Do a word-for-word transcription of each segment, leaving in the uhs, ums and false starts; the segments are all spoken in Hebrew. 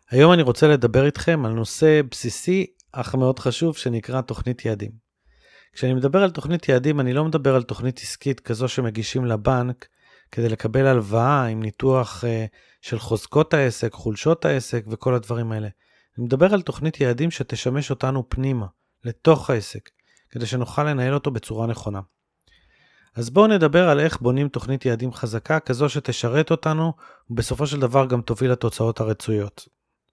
היום אני רוצה לדבר איתכם על נושא בסיסי אך מאוד חשוב שנקרא תוכנית יעדים. כשאני מדבר על תוכנית יעדים אני לא מדבר על תוכנית עסקית כזו שמגישים לבנק כדי לקבל הלוואה עם ניתוח uh, של חוזקות העסק, חולשות העסק וכל הדברים האלה. אני מדבר על תוכנית יעדים שתשמש אותנו פנימה, לתוך העסק, כדי שנוכל לנהל אותו בצורה נכונה. אז בואו נדבר על איך בונים תוכנית יעדים חזקה כזו שתשרת אותנו ובסופו של דבר גם תוביל לתוצאות הרצויות.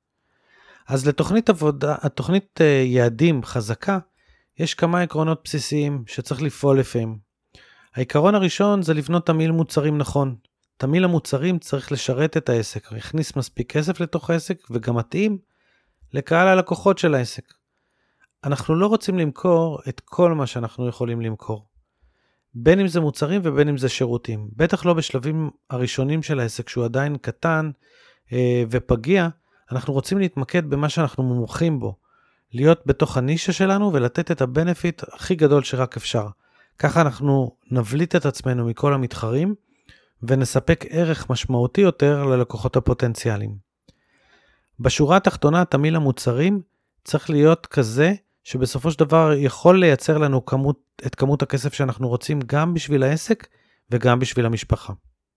אז לתוכנית עבודה, התוכנית יעדים חזקה, יש כמה עקרונות בסיסיים שצריך לפעול לפיהם. העיקרון הראשון זה לבנות תמהיל מוצרים נכון. תמהיל המוצרים צריך לשרת את העסק, להכניס מספיק כסף לתוך העסק וגם מתאים לקהל הלקוחות של העסק. אנחנו לא רוצים למכור את כל מה שאנחנו יכולים למכור. בין אם זה מוצרים ובין אם זה שירותים. בטח לא בשלבים הראשונים של העסק שהוא עדיין קטן אה, ופגיע, אנחנו רוצים להתמקד במה שאנחנו מומחים בו, להיות בתוך הנישה שלנו ולתת את הבנפיט הכי גדול שרק אפשר. ככה אנחנו נבליט את עצמנו מכל המתחרים ונספק ערך משמעותי יותר ללקוחות הפוטנציאליים. בשורה התחתונה, תמהיל המוצרים צריך להיות כזה שבסופו של דבר יכול לייצר לנו כמות, את כמות הכסף שאנחנו רוצים גם בשביל העסק וגם בשביל המשפחה.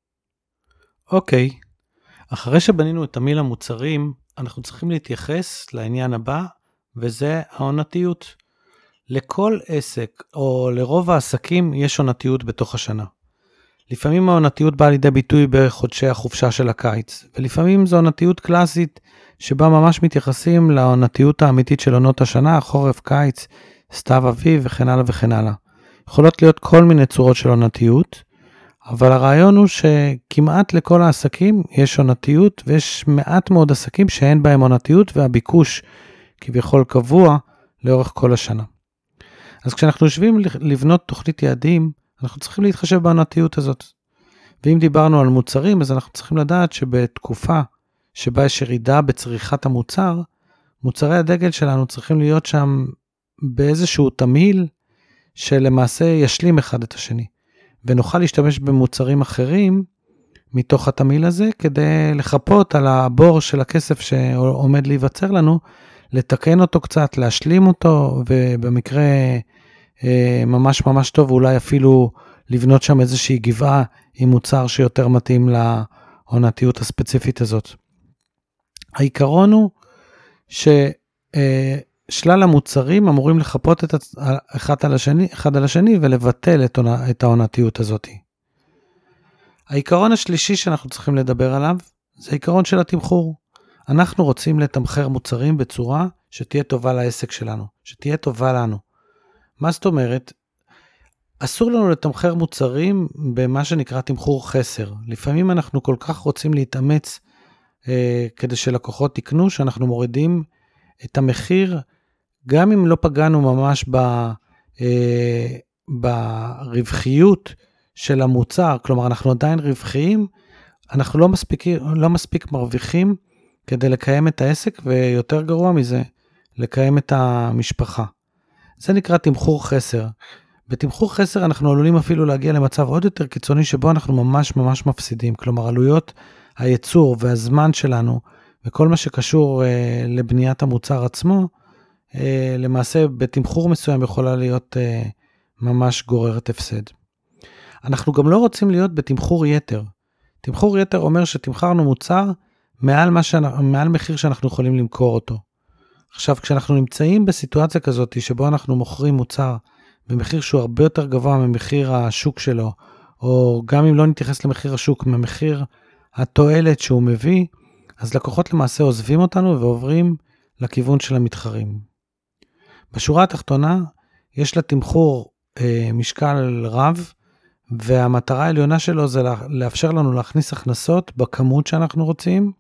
אוקיי. אחרי שבנינו את תמהיל המוצרים, אנחנו צריכים להתייחס לעניין הבא, וזה העונתיות. לכל עסק, או לרוב העסקים, יש עונתיות בתוך השנה. לפעמים העונתיות באה לידי ביטוי בחודשי החופשה של הקיץ, ולפעמים זו עונתיות קלאסית, שבה ממש מתייחסים לעונתיות האמיתית של עונות השנה, חורף, קיץ, סתיו אביב וכן הלאה וכן הלאה. יכולות להיות כל מיני צורות של עונתיות, אבל הרעיון הוא שכמעט לכל העסקים יש עונתיות, ויש מעט מאוד עסקים שאין בהם עונתיות, והביקוש כביכול קבוע לאורך כל השנה. אז כשאנחנו יושבים לבנות תוכנית יעדים, אנחנו צריכים להתחשב בעונתיות הזאת. ואם דיברנו על מוצרים, אז אנחנו צריכים לדעת שבתקופה שבה יש ירידה בצריכת המוצר, מוצרי הדגל שלנו צריכים להיות שם באיזשהו תמהיל, שלמעשה ישלים אחד את השני. ונוכל להשתמש במוצרים אחרים מתוך התמהיל הזה, כדי לחפות על הבור של הכסף שעומד להיווצר לנו, לתקן אותו קצת, להשלים אותו, ובמקרה ממש ממש טוב, אולי אפילו לבנות שם איזושהי גבעה עם מוצר שיותר מתאים לעונתיות הספציפית הזאת. העיקרון הוא ששלל המוצרים אמורים לחפות את אחד על השני, אחד על השני ולבטל את העונתיות הזאת. העיקרון השלישי שאנחנו צריכים לדבר עליו, זה העיקרון של התמחור. אנחנו רוצים לתמחר מוצרים בצורה שתהיה טובה לעסק שלנו, שתהיה טובה לנו. מה זאת אומרת? אסור לנו לתמחר מוצרים במה שנקרא תמחור חסר. לפעמים אנחנו כל כך רוצים להתאמץ אה, כדי שלקוחות יקנו, שאנחנו מורידים את המחיר, גם אם לא פגענו ממש ב, אה, ברווחיות של המוצר, כלומר אנחנו עדיין רווחיים, אנחנו לא מספיק, לא מספיק מרוויחים כדי לקיים את העסק, ויותר גרוע מזה, לקיים את המשפחה. זה נקרא תמחור חסר. בתמחור חסר אנחנו עלולים אפילו להגיע למצב עוד יותר קיצוני, שבו אנחנו ממש ממש מפסידים. כלומר, עלויות הייצור והזמן שלנו, וכל מה שקשור אה, לבניית המוצר עצמו, אה, למעשה בתמחור מסוים יכולה להיות אה, ממש גוררת הפסד. אנחנו גם לא רוצים להיות בתמחור יתר. תמחור יתר אומר שתמחרנו מוצר מעל, מה שאנחנו, מעל מחיר שאנחנו יכולים למכור אותו. עכשיו, כשאנחנו נמצאים בסיטואציה כזאת, שבו אנחנו מוכרים מוצר במחיר שהוא הרבה יותר גבוה ממחיר השוק שלו, או גם אם לא נתייחס למחיר השוק, ממחיר התועלת שהוא מביא, אז לקוחות למעשה עוזבים אותנו ועוברים לכיוון של המתחרים. בשורה התחתונה, יש לתמחור אה, משקל רב, והמטרה העליונה שלו זה לאפשר לנו להכניס הכנסות בכמות שאנחנו רוצים,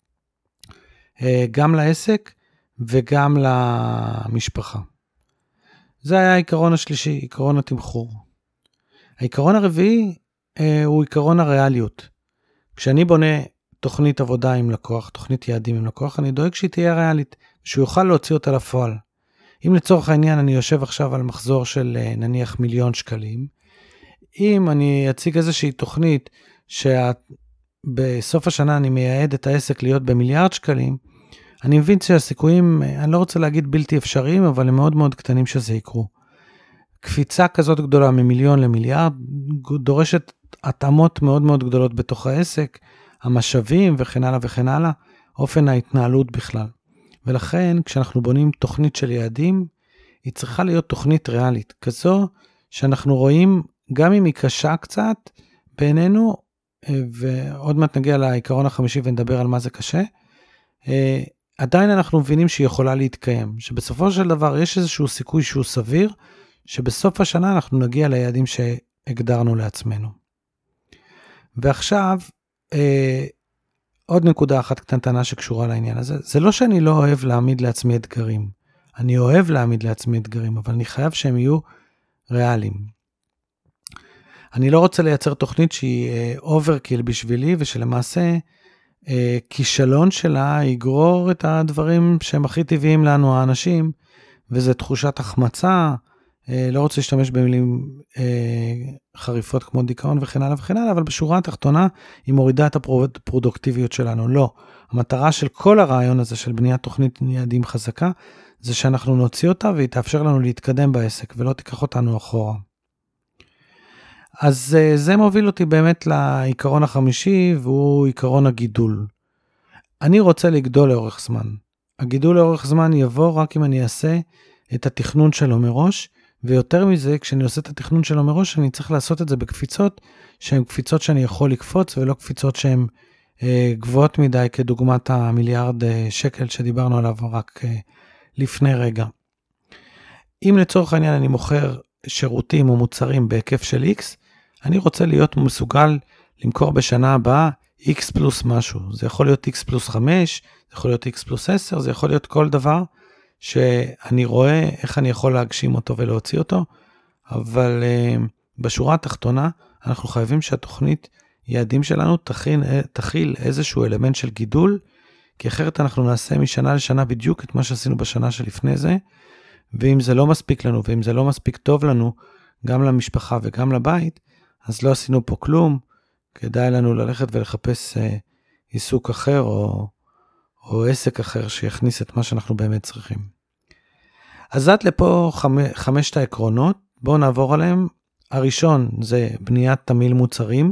אה, גם לעסק וגם למשפחה. זה היה העיקרון השלישי, עיקרון התמחור. העיקרון הרביעי אה, הוא עיקרון הריאליות. כשאני בונה תוכנית עבודה עם לקוח, תוכנית יעדים עם לקוח, אני דואג שהיא תהיה ריאלית, שהוא יוכל להוציא אותה לפועל. אם לצורך העניין אני יושב עכשיו על מחזור של נניח מיליון שקלים, אם אני אציג איזושהי תוכנית שבסוף השנה אני מייעד את העסק להיות במיליארד שקלים, אני מבין שהסיכויים, אני לא רוצה להגיד בלתי אפשריים, אבל הם מאוד מאוד קטנים שזה יקרו. קפיצה כזאת גדולה ממיליון למיליארד, דורשת התאמות מאוד מאוד גדולות בתוך העסק, המשאבים וכן הלאה וכן הלאה, אופן ההתנהלות בכלל. ולכן כשאנחנו בונים תוכנית של יעדים, היא צריכה להיות תוכנית ריאלית, כזו שאנחנו רואים, גם אם היא קשה קצת בעינינו, ועוד מעט נגיע לעיקרון החמישי ונדבר על מה זה קשה, עדיין אנחנו מבינים שהיא יכולה להתקיים, שבסופו של דבר יש איזשהו סיכוי שהוא סביר, שבסוף השנה אנחנו נגיע ליעדים שהגדרנו לעצמנו. ועכשיו, עוד נקודה אחת קטנטנה שקשורה לעניין הזה, זה לא שאני לא אוהב להעמיד לעצמי אתגרים, אני אוהב להעמיד לעצמי אתגרים, אבל אני חייב שהם יהיו ריאליים. אני לא רוצה לייצר תוכנית שהיא אוברקיל בשבילי, ושלמעשה כישלון שלה יגרור את הדברים שהם הכי טבעיים לנו האנשים, וזה תחושת החמצה, לא רוצה להשתמש במילים חריפות כמו דיכאון וכן הלאה וכן הלאה, אבל בשורה התחתונה היא מורידה את הפרודוקטיביות שלנו. לא, המטרה של כל הרעיון הזה של בניית תוכנית יעדים חזקה, זה שאנחנו נוציא אותה והיא תאפשר לנו להתקדם בעסק ולא תיקח אותנו אחורה. אז זה מוביל אותי באמת לעיקרון החמישי, והוא עיקרון הגידול. אני רוצה לגדול לאורך זמן. הגידול לאורך זמן יבוא רק אם אני אעשה את התכנון שלו מראש, ויותר מזה, כשאני עושה את התכנון שלו מראש, אני צריך לעשות את זה בקפיצות, שהן קפיצות שאני יכול לקפוץ, ולא קפיצות שהן אה, גבוהות מדי, כדוגמת המיליארד אה, שקל שדיברנו עליו רק אה, לפני רגע. אם לצורך העניין אני מוכר שירותים או מוצרים בהיקף של X, אני רוצה להיות מסוגל למכור בשנה הבאה X פלוס משהו. זה יכול להיות X פלוס חמש, זה יכול להיות X פלוס עשר, זה יכול להיות כל דבר שאני רואה איך אני יכול להגשים אותו ולהוציא אותו, אבל uh, בשורה התחתונה אנחנו חייבים שהתוכנית יעדים שלנו תכין, תכיל איזשהו אלמנט של גידול, כי אחרת אנחנו נעשה משנה לשנה בדיוק את מה שעשינו בשנה שלפני זה, ואם זה לא מספיק לנו, ואם זה לא מספיק טוב לנו, גם למשפחה וגם לבית, אז לא עשינו פה כלום, כדאי לנו ללכת ולחפש אה, עיסוק אחר, או, או עסק אחר שיכניס את מה שאנחנו באמת צריכים. אז עד לפה חמ, חמשת העקרונות, בואו נעבור עליהם. הראשון זה בניית תמיל מוצרים,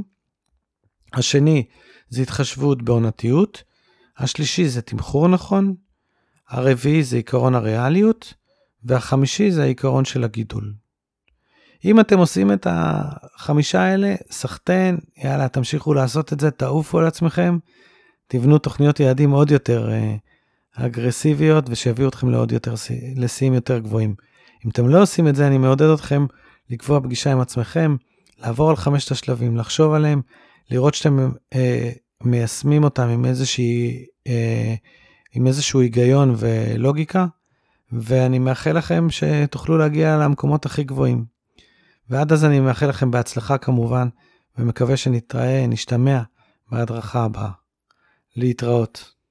השני זה התחשבות בעונתיות, השלישי זה תמחור נכון, הרביעי זה עיקרון הריאליות, והחמישי זה העיקרון של הגידול. אם אתם עושים את החמישה האלה, סחטן, יאללה, תמשיכו לעשות את זה, תעופו על עצמכם, תבנו תוכניות יעדים עוד יותר אה, אגרסיביות, ושיביאו אתכם לעוד יותר, לשיאים יותר גבוהים. אם אתם לא עושים את זה, אני מעודד אתכם לקבוע פגישה עם עצמכם, לעבור על חמשת השלבים, לחשוב עליהם, לראות שאתם אה, מיישמים אותם עם איזושהי, אה, עם איזשהו היגיון ולוגיקה, ואני מאחל לכם שתוכלו להגיע למקומות הכי גבוהים. ועד אז אני מאחל לכם בהצלחה כמובן, ומקווה שנתראה, נשתמע בהדרכה הבאה. להתראות.